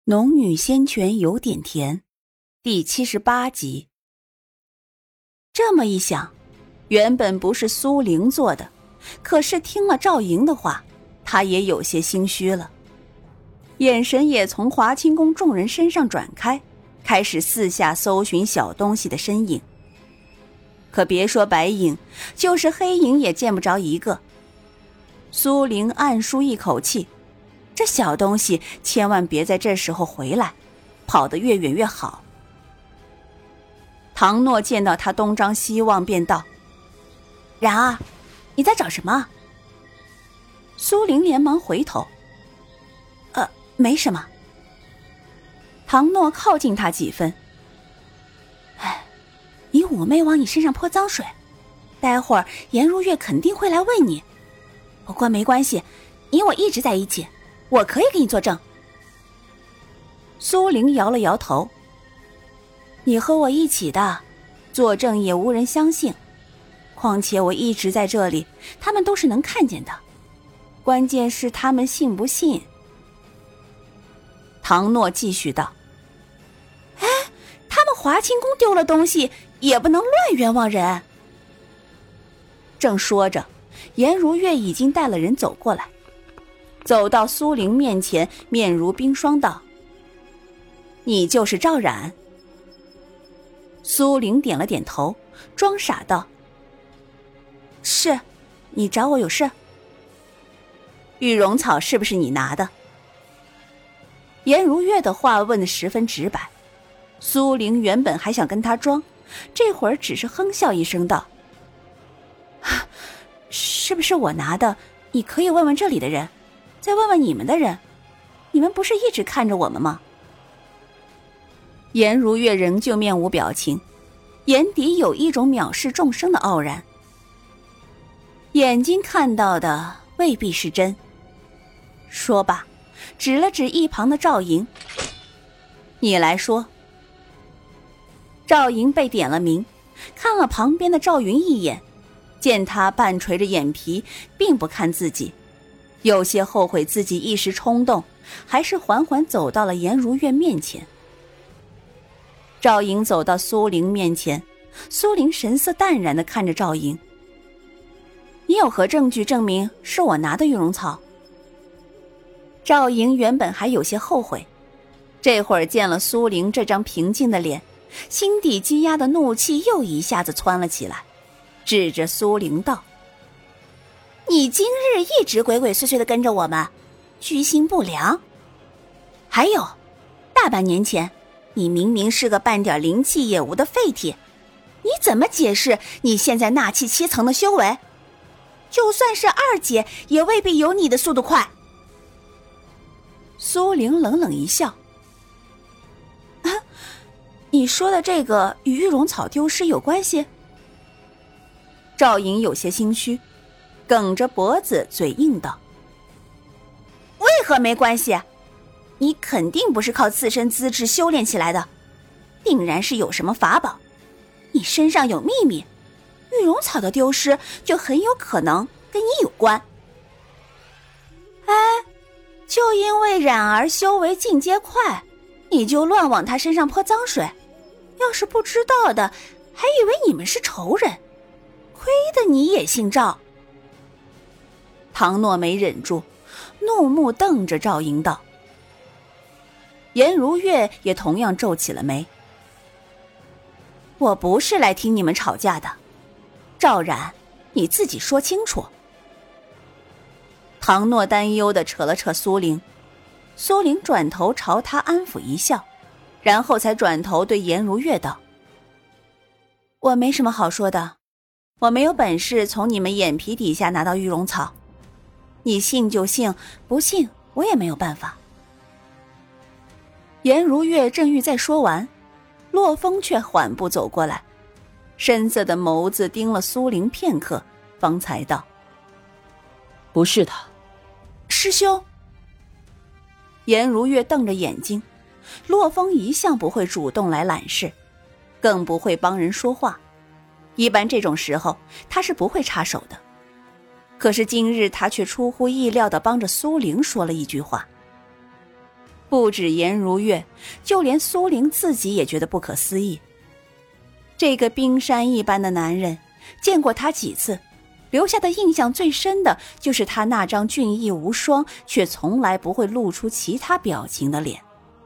农女仙泉有点甜第78集。这么一想，原本不是苏玲做的，可是听了赵莹的话，她也有些心虚了，眼神也从华清宫众人身上转开，开始四下搜寻小东西的身影。可别说白影，就是黑影也见不着一个。苏玲暗舒一口气，这小东西千万别在这时候回来，跑得越远越好。唐诺见到他东张西望，便道：然儿，你在找什么？苏玲连忙回头：没什么。唐诺靠近他几分：你五妹往你身上泼脏水，待会儿颜如月肯定会来问你，不过没关系，你我一直在一起，我可以给你作证。苏玲摇了摇头：你和我一起的，作证也无人相信，况且我一直在这里，他们都是能看见的，关键是他们信不信。唐诺继续道：他们华清宫丢了东西，也不能乱冤枉人。正说着，颜如月已经带了人走过来，走到苏玲面前，面如冰霜道：你就是赵冉？苏玲点了点头，装傻道：是，你找我有事？玉容草是不是你拿的？颜如月的话问得十分直白，苏玲原本还想跟他装，这会儿只是哼笑一声道：是不是我拿的？你可以问问这里的人，再问问你们的人，你们不是一直看着我们吗？颜如月仍旧面无表情，眼底有一种藐视众生的傲然。眼睛看到的未必是真。说罢，指了指一旁的赵莹：你来说。赵莹被点了名，看了旁边的赵云一眼，见他半垂着眼皮，并不看自己，有些后悔自己一时冲动，还是缓缓走到了颜如月面前。赵莹走到苏玲面前，苏玲神色淡然地看着赵莹：你有何证据证明是我拿的玉容草？赵莹原本还有些后悔，这会儿见了苏玲这张平静的脸，心底积压的怒气又一下子窜了起来，指着苏玲道：你今日一直鬼鬼祟祟地跟着我们，居心不良。还有，大半年前你明明是个半点灵气也无的废体，你怎么解释你现在纳气7层的修为？就算是二姐，也未必有你的速度快。苏玲冷冷一笑：你说的这个与玉容草丢失有关系？赵莹有些心虚，梗着脖子嘴硬道：为何没关系？你肯定不是靠自身资质修炼起来的，定然是有什么法宝，你身上有秘密，玉容草的丢失就很有可能跟你有关。就因为冉儿修为进阶快，你就乱往他身上泼脏水，要是不知道的，还以为你们是仇人，亏得你也姓赵。唐诺没忍住，怒目瞪着赵莹道。颜如月也同样皱起了眉：我不是来听你们吵架的，赵冉，你自己说清楚。唐诺担忧地扯了扯苏玲，苏玲转头朝他安抚一笑，然后才转头对颜如月道：我没什么好说的，我没有本事从你们眼皮底下拿到玉容草，你信就信，不信我也没有办法。颜如月正欲再说完，洛风却缓步走过来，深色的眸子盯了苏玲片刻，方才道： 不是他。 师兄。颜如月瞪着眼睛，洛风一向不会主动来揽事，更不会帮人说话，一般这种时候他是不会插手的。可是今日他却出乎意料地帮着苏玲说了一句话： 不止颜如月，就连苏玲自己也觉得不可思议。这个冰山一般的男人，见过他几次，留下的印象最深的就是他那张俊逸无双却从来不会露出其他表情的脸。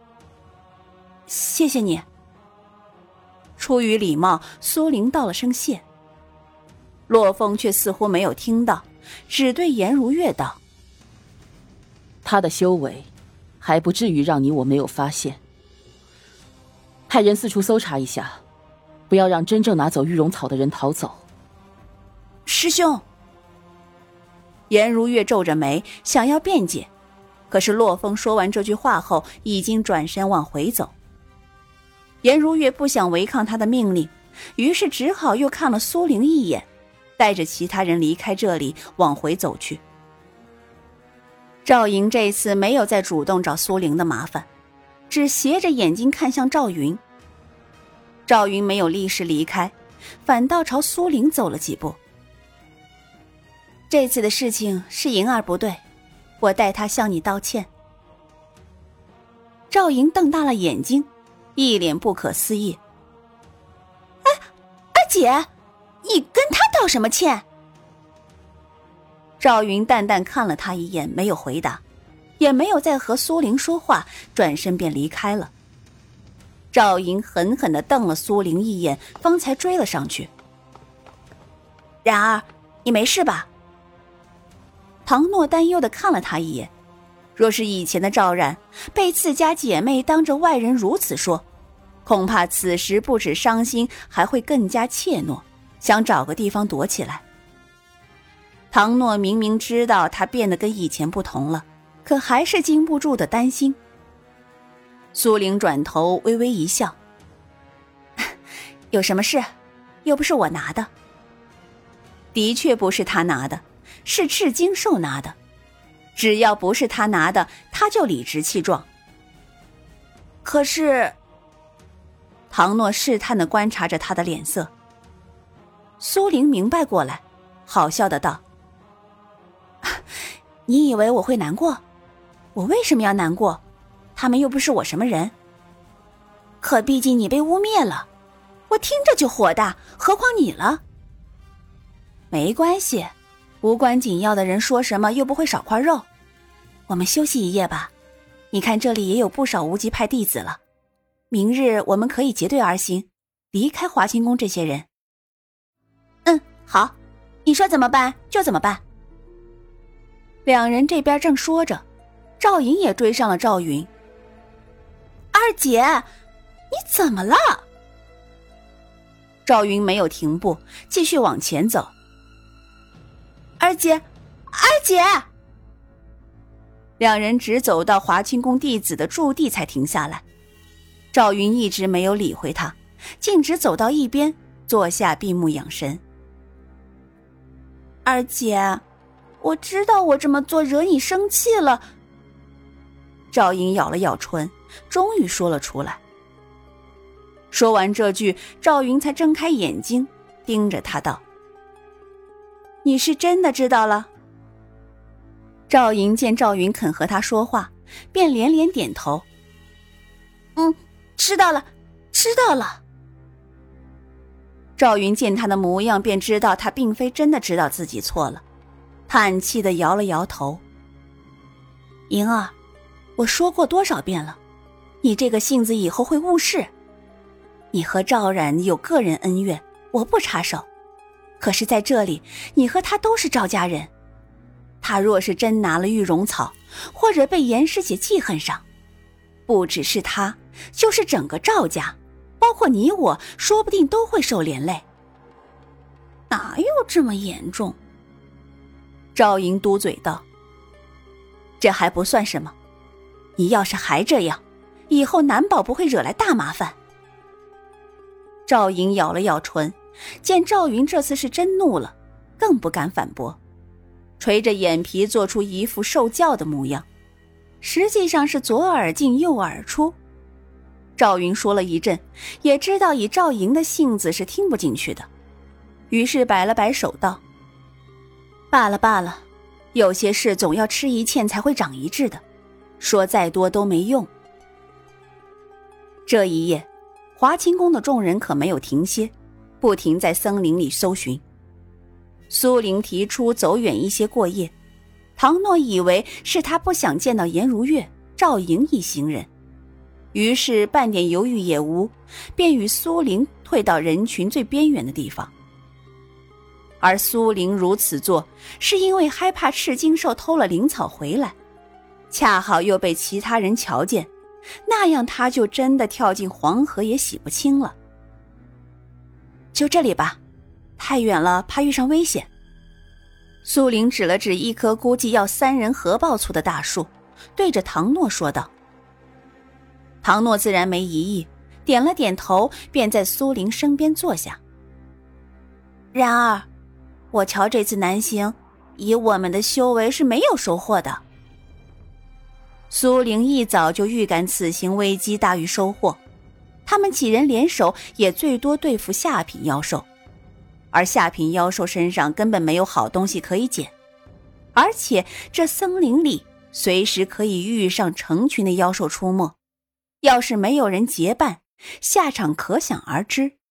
谢谢你。出于礼貌，苏玲道了声谢。洛风却似乎没有听到，只对颜如月道： 他的修为还不至于让你我没有发现，派人四处搜查一下，不要让真正拿走玉容草的人逃走。 师兄。颜如月皱着眉想要辩解，可是洛风说完这句话后已经转身往回走。颜如月不想违抗他的命令，于是只好又看了苏玲一眼，带着其他人离开这里往回走去。赵莹这次没有再主动找苏玲的麻烦，只斜着眼睛看向赵云。赵云没有立时离开，反倒朝苏玲走了几步。这次的事情是莹儿不对，我代她向你道歉。赵莹瞪大了眼睛，一脸不可思议。二姐，你跟她道什么歉？赵云淡淡看了她一眼，没有回答，也没有再和苏玲说话，转身便离开了。赵莹狠狠地瞪了苏玲一眼，方才追了上去。然儿，你没事吧？唐诺担忧地看了他一眼，若是以前的赵然被自家姐妹当着外人如此说，恐怕此时不止伤心，还会更加怯懦，想找个地方躲起来。唐诺明明知道他变得跟以前不同了，可还是禁不住的担心。苏玲转头微微一笑，有什么事？又不是我拿的。的确不是他拿的，是赤金兽拿的，只要不是他拿的，他就理直气壮。可是，唐诺试探地观察着他的脸色。苏玲明白过来，好笑地道：你以为我会难过？我为什么要难过？他们又不是我什么人。可毕竟你被污蔑了，我听着就火大，何况你了？没关系，无关紧要的人说什么又不会少块肉。我们休息一夜吧，你看这里也有不少无极派弟子了，明日我们可以结队而行，离开华清宫这些人。好，你说怎么办就怎么办。两人这边正说着，赵莹也追上了赵云。二姐，你怎么了？赵云没有停步，继续往前走。二姐，二姐！两人直走到华清宫弟子的驻地才停下来。赵云一直没有理会他，径直走到一边，坐下闭目养神。二姐，我知道我这么做惹你生气了。赵莹咬了咬唇，终于说了出来。说完这句，赵云才睁开眼睛，盯着他道：你是真的知道了？赵莹见赵云肯和他说话，便连连点头。知道了，知道了。赵云见他的模样，便知道他并非真的知道自己错了，叹气地摇了摇头。莹儿，我说过多少遍了，你这个性子以后会误事。你和赵冉有个人恩怨，我不插手，可是在这里，你和他都是赵家人。他若是真拿了玉容草，或者被严师姐记恨上，不只是他，就是整个赵家，包括你我，说不定都会受连累。哪有这么严重？赵莹嘟嘴道。这还不算什么，你要是还这样，以后难保不会惹来大麻烦。赵莹咬了咬唇，见赵云这次是真怒了，更不敢反驳，垂着眼皮做出一副受教的模样，实际上是左耳进右耳出。赵云说了一阵，也知道以赵莹的性子是听不进去的，于是摆了摆手道：罢了罢了，有些事总要吃一堑才会长一智的， 说再多都没用。这一夜，华清宫的众人可没有停歇，不停在森林里搜寻。苏玲提出走远一些过夜，唐诺以为是他不想见到颜如月、赵莹一行人，于是半点犹豫也无，便与苏玲退到人群最边缘的地方。而苏玲如此做，是因为害怕赤金兽偷了灵草回来，恰好又被其他人瞧见，那样他就真的跳进黄河也洗不清了。就这里吧，太远了怕遇上危险。苏玲指了指一棵估计要3人合抱粗的大树，对着唐诺说道。唐诺自然没疑义，点了点头，便在苏玲身边坐下。然而我瞧这次南行，以我们的修为是没有收获的。苏玲一早就预感此行危机大于收获，他们几人联手也最多对付下品妖兽，而下品妖兽身上根本没有好东西可以捡，而且这森林里随时可以遇上成群的妖兽出没，要是没有人结伴，下场可想而知。